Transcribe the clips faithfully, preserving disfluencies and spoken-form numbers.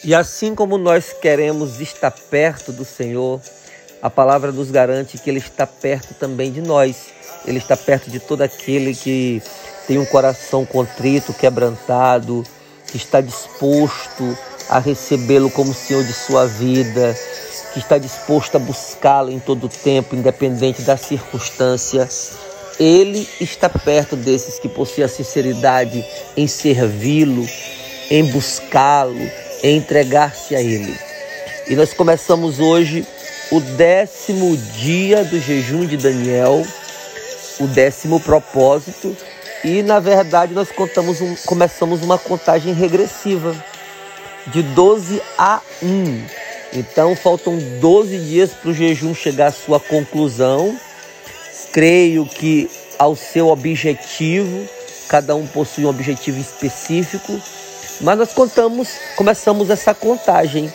E assim como nós queremos estar perto do Senhor, a palavra nos garante que Ele está perto também de nós. Ele está perto de todo aquele que tem um coração contrito, quebrantado, que está disposto a recebê-lo como Senhor de sua vida, que está disposto a buscá-lo em todo o tempo, independente da circunstância. Ele está perto desses que possuem a sinceridade em servi-lo, em buscá-lo, em entregar-se a Ele. E nós começamos hoje o décimo dia do jejum de Daniel, o décimo propósito, e na verdade nós contamos um, começamos uma contagem regressiva de doze a um. Então faltam doze dias para o jejum chegar à sua conclusão. Creio que ao seu objetivo, cada um possui um objetivo específico, mas nós contamos, começamos essa contagem.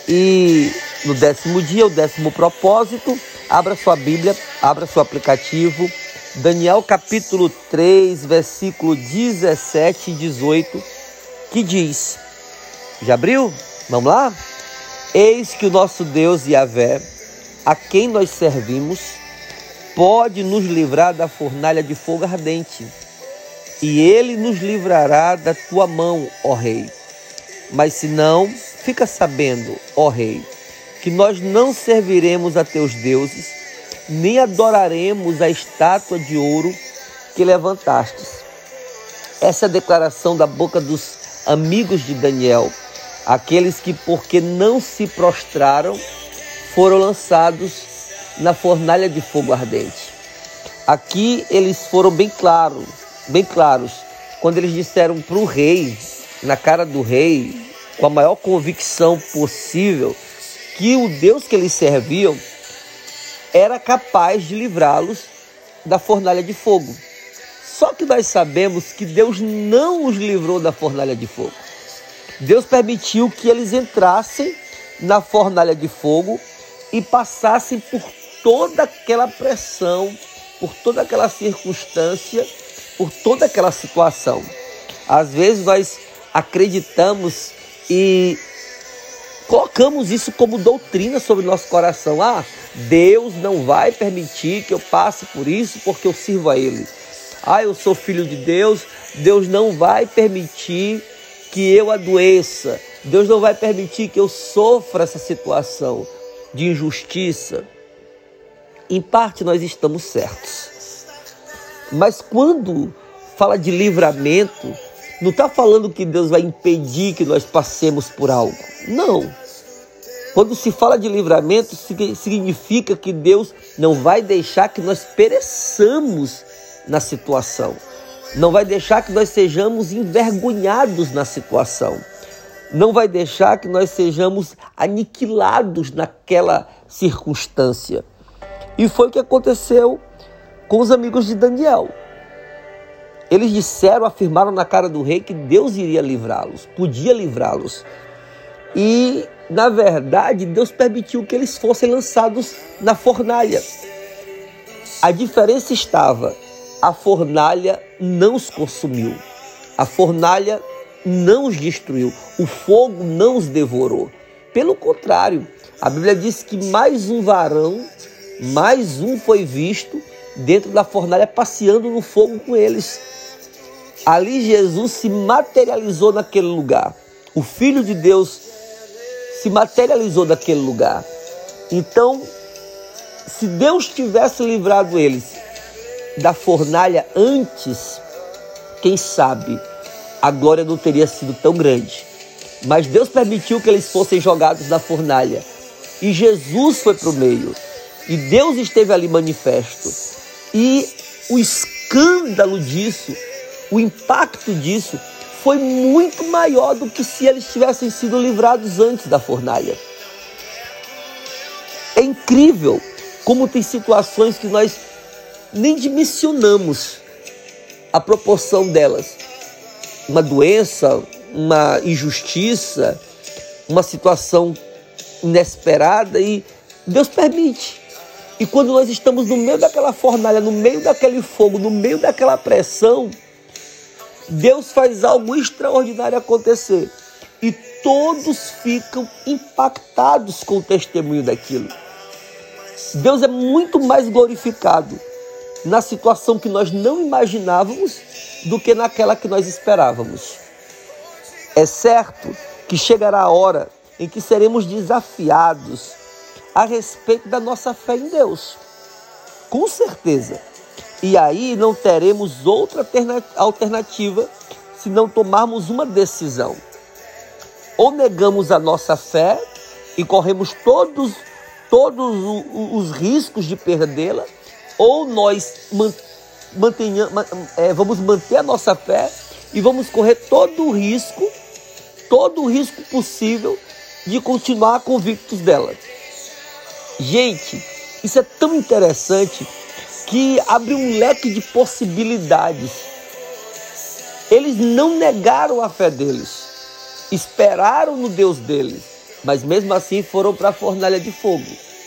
E no décimo dia, o décimo propósito, abra sua Bíblia, abra seu aplicativo, Daniel capítulo três, versículo dezessete e dezoito, que diz, já abriu? Vamos lá? Eis que o nosso Deus Yahvé, a quem nós servimos, pode nos livrar da fornalha de fogo ardente, e Ele nos livrará da tua mão, ó Rei. Mas se não, fica sabendo, ó Rei, que nós não serviremos a teus deuses, nem adoraremos a estátua de ouro que levantastes. Essa é a declaração da boca dos amigos de Daniel, aqueles que, porque não se prostraram, foram lançados na fornalha de fogo ardente. Aqui eles foram bem claros, bem claros, quando eles disseram para o rei, na cara do rei, com a maior convicção possível, que o Deus que eles serviam era capaz de livrá-los da fornalha de fogo. Só que nós sabemos que Deus não os livrou da fornalha de fogo. Deus permitiu que eles entrassem na fornalha de fogo e passassem por toda aquela pressão, por toda aquela circunstância, por toda aquela situação. Às vezes nós acreditamos e colocamos isso como doutrina sobre o nosso coração. Ah, Deus não vai permitir que eu passe por isso porque eu sirvo a Ele. Ah, eu sou filho de Deus, Deus não vai permitir que eu adoeça. Deus não vai permitir que eu sofra essa situação de injustiça. Em parte nós estamos certos. Mas quando fala de livramento, não está falando que Deus vai impedir que nós passemos por algo. Não. Quando se fala de livramento, significa que Deus não vai deixar que nós pereçamos na situação. Não vai deixar que nós sejamos envergonhados na situação. Não vai deixar que nós sejamos aniquilados naquela circunstância. E foi o que aconteceu com os amigos de Daniel. Eles disseram, afirmaram na cara do rei que Deus iria livrá-los, podia livrá-los. E, na verdade, Deus permitiu que eles fossem lançados na fornalha. A diferença estava, a fornalha não os consumiu, a fornalha não os destruiu, o fogo não os devorou. Pelo contrário, a Bíblia diz que mais um varão, mais um foi visto dentro da fornalha passeando no fogo com eles. Ali Jesus se materializou naquele lugar. O Filho de Deus se materializou naquele lugar. Então, se Deus tivesse livrado eles da fornalha antes, quem sabe a glória não teria sido tão grande. Mas Deus permitiu que eles fossem jogados na fornalha. E Jesus foi para o meio. E Deus esteve ali manifesto. E o escândalo disso, o impacto disso, foi muito maior do que se eles tivessem sido livrados antes da fornalha. É incrível como tem situações que nós nem dimensionamos a proporção delas. Uma doença, uma injustiça, uma situação inesperada e Deus permite. E quando nós estamos no meio daquela fornalha, no meio daquele fogo, no meio daquela pressão, Deus faz algo extraordinário acontecer. E todos ficam impactados com o testemunho daquilo. Deus é muito mais glorificado na situação que nós não imaginávamos do que naquela que nós esperávamos. É certo que chegará a hora em que seremos desafiados a respeito da nossa fé em Deus. Com certeza. E aí não teremos outra alternativa se não tomarmos uma decisão. Ou negamos a nossa fé e corremos todos, todos os riscos de perdê-la, ou nós mantenha, é, vamos manter a nossa fé e vamos correr todo o risco, todo o risco possível de continuar convictos dela. Gente, isso é tão interessante que abre um leque de possibilidades. Eles não negaram a fé deles, esperaram no Deus deles, mas mesmo assim foram para a fornalha de fogo.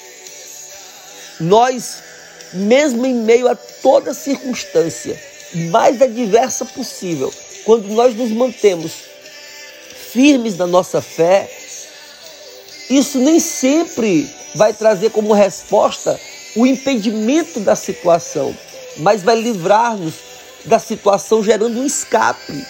Nós, mesmo em meio a toda circunstância mais adversa possível, quando nós nos mantemos firmes na nossa fé, isso nem sempre vai trazer como resposta o impedimento da situação, mas vai livrar-nos da situação, gerando um escape.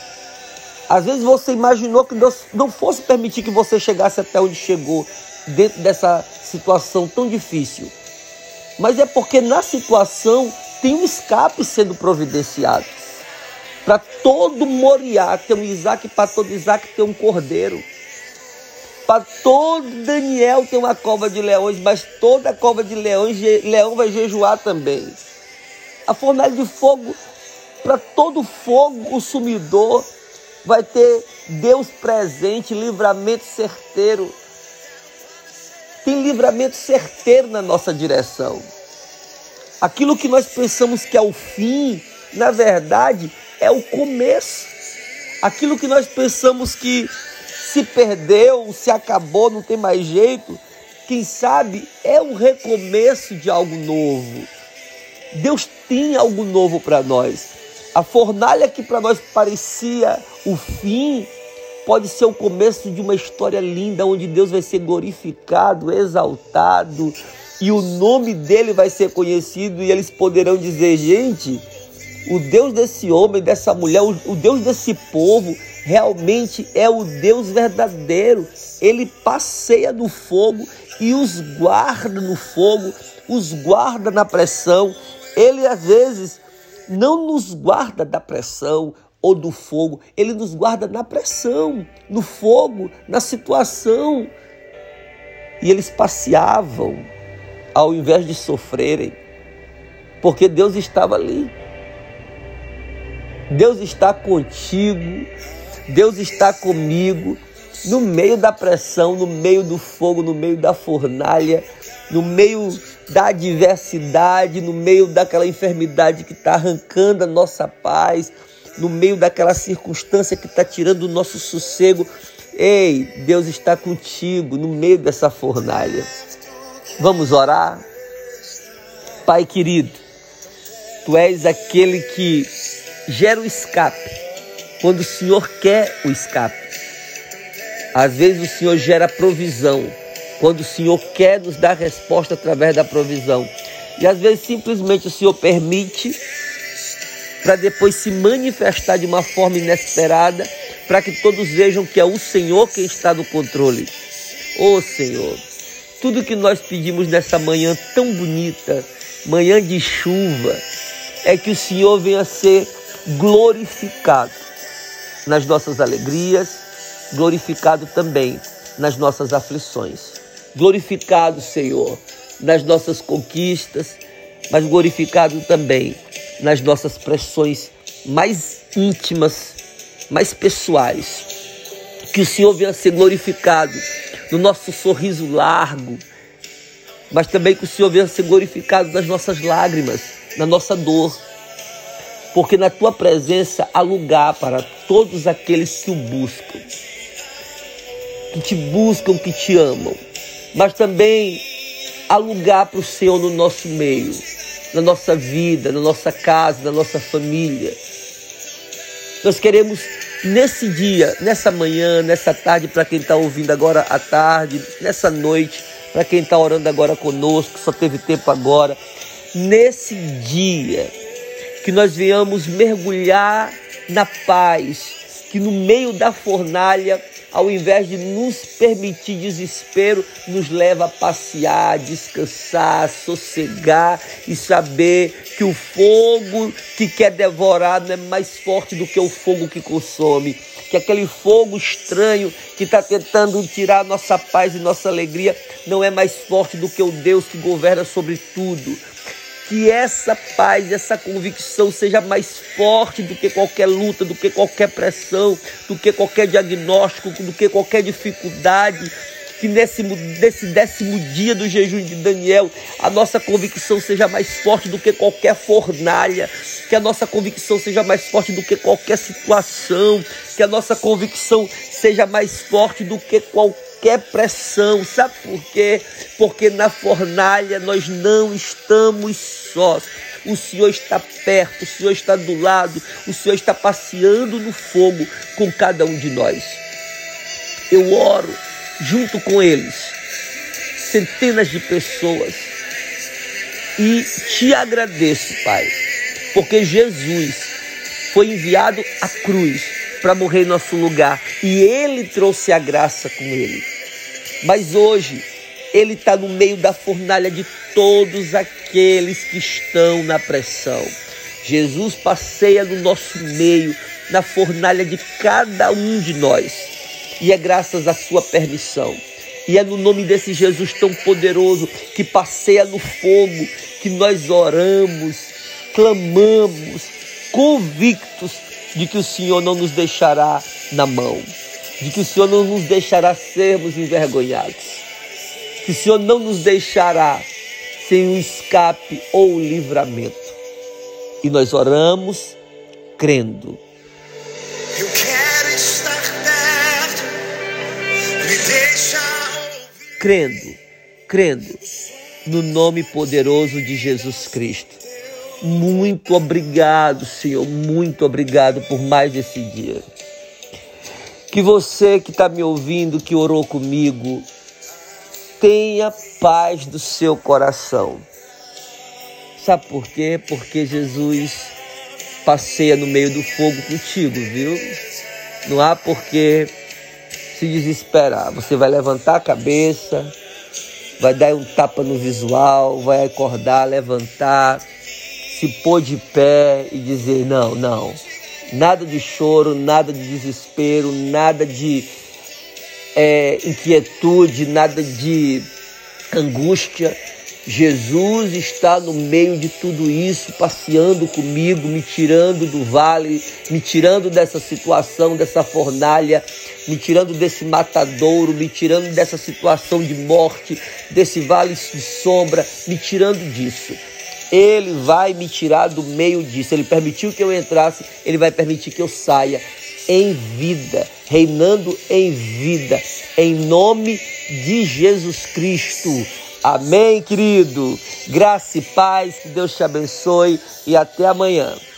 Às vezes você imaginou que Deus não fosse permitir que você chegasse até onde chegou, dentro dessa situação tão difícil. Mas é porque na situação tem um escape sendo providenciado. Para todo Moriá tem um Isaac, para todo Isaac tem um cordeiro. Para todo Daniel tem uma cova de leões, mas toda cova de leões, leão vai jejuar também. A fornalha de fogo, para todo fogo consumidor, vai ter Deus presente, livramento certeiro. Tem livramento certeiro na nossa direção. Aquilo que nós pensamos que é o fim, na verdade, é o começo. Aquilo que nós pensamos que se perdeu, se acabou, não tem mais jeito, quem sabe é um recomeço de algo novo. Deus tem algo novo para nós. A fornalha que para nós parecia o fim, pode ser o começo de uma história linda, onde Deus vai ser glorificado, exaltado, e o nome dele vai ser conhecido, e eles poderão dizer: gente, o Deus desse homem, dessa mulher, o Deus desse povo, realmente é o Deus verdadeiro. Ele passeia no fogo e os guarda no fogo, os guarda na pressão. Ele às vezes não nos guarda da pressão ou do fogo, ele nos guarda na pressão, no fogo, na situação. E eles passeavam ao invés de sofrerem, porque Deus estava ali. Deus está contigo, Deus está comigo, no meio da pressão, no meio do fogo, no meio da fornalha, no meio da adversidade, no meio daquela enfermidade que está arrancando a nossa paz, no meio daquela circunstância que está tirando o nosso sossego. Ei, Deus está contigo no meio dessa fornalha. Vamos orar? Pai querido, Tu és aquele que gera o escape, quando o Senhor quer o escape. Às vezes o Senhor gera provisão, quando o Senhor quer nos dar resposta através da provisão. E às vezes simplesmente o Senhor permite para depois se manifestar de uma forma inesperada, para que todos vejam que é o Senhor quem está no controle. Ô Senhor, tudo que nós pedimos nessa manhã tão bonita, manhã de chuva, é que o Senhor venha ser glorificado nas nossas alegrias, glorificado também nas nossas aflições. Glorificado, Senhor, nas nossas conquistas, mas glorificado também nas nossas pressões mais íntimas, mais pessoais. Que o Senhor venha ser glorificado no nosso sorriso largo, mas também que o Senhor venha ser glorificado nas nossas lágrimas, na nossa dor. Porque na Tua presença há lugar para todos aqueles que o buscam, que Te buscam, que Te amam. Mas também há lugar para o Senhor no nosso meio, na nossa vida, na nossa casa, na nossa família. Nós queremos nesse dia, nessa manhã, nessa tarde, para quem está ouvindo agora à tarde, nessa noite, para quem está orando agora conosco, só teve tempo agora, nesse dia, que nós venhamos mergulhar na paz, que no meio da fornalha, ao invés de nos permitir desespero, nos leva a passear, descansar, sossegar e saber que o fogo que quer devorar não é mais forte do que o fogo que consome. Que aquele fogo estranho que está tentando tirar nossa paz e nossa alegria não é mais forte do que o Deus que governa sobre tudo. Que essa paz, essa convicção seja mais forte do que qualquer luta, do que qualquer pressão, do que qualquer diagnóstico, do que qualquer dificuldade. Que nesse, nesse décimo dia do jejum de Daniel, a nossa convicção seja mais forte do que qualquer fornalha. Que a nossa convicção seja mais forte do que qualquer situação. Que a nossa convicção seja mais forte do que qualquer Qualquer pressão. Sabe por quê? Porque na fornalha nós não estamos sós. O Senhor está perto, o Senhor está do lado, o Senhor está passeando no fogo com cada um de nós. Eu oro junto com eles, centenas de pessoas, e te agradeço, Pai, porque Jesus foi enviado à cruz para morrer em nosso lugar e Ele trouxe a graça com Ele. Mas hoje Ele está no meio da fornalha de todos aqueles que estão na pressão. Jesus passeia no nosso meio, na fornalha de cada um de nós. E é graças à sua permissão. E é no nome desse Jesus tão poderoso que passeia no fogo que nós oramos, clamamos, convictos de que o Senhor não nos deixará na mão, de que o Senhor não nos deixará sermos envergonhados, que o Senhor não nos deixará sem o escape ou o livramento. E nós oramos crendo. Eu quero estar perto, me deixa ouvir. Crendo, crendo no nome poderoso de Jesus Cristo. Muito obrigado, Senhor, muito obrigado por mais esse dia. Que você que está me ouvindo, que orou comigo, tenha paz do seu coração. Sabe por quê? Porque Jesus passeia no meio do fogo contigo, viu? Não há por que se desesperar. Você vai levantar a cabeça, vai dar um tapa no visual, vai acordar, levantar, se pôr de pé e dizer não, não. Nada de choro, nada de desespero, nada de é, inquietude, nada de angústia. Jesus está no meio de tudo isso, passeando comigo, me tirando do vale, me tirando dessa situação, dessa fornalha, me tirando desse matadouro, me tirando dessa situação de morte, desse vale de sombra, me tirando disso. Ele vai me tirar do meio disso. Ele permitiu que eu entrasse, Ele vai permitir que eu saia em vida, reinando em vida, em nome de Jesus Cristo. Amém, querido? Graça e paz, que Deus te abençoe e até amanhã.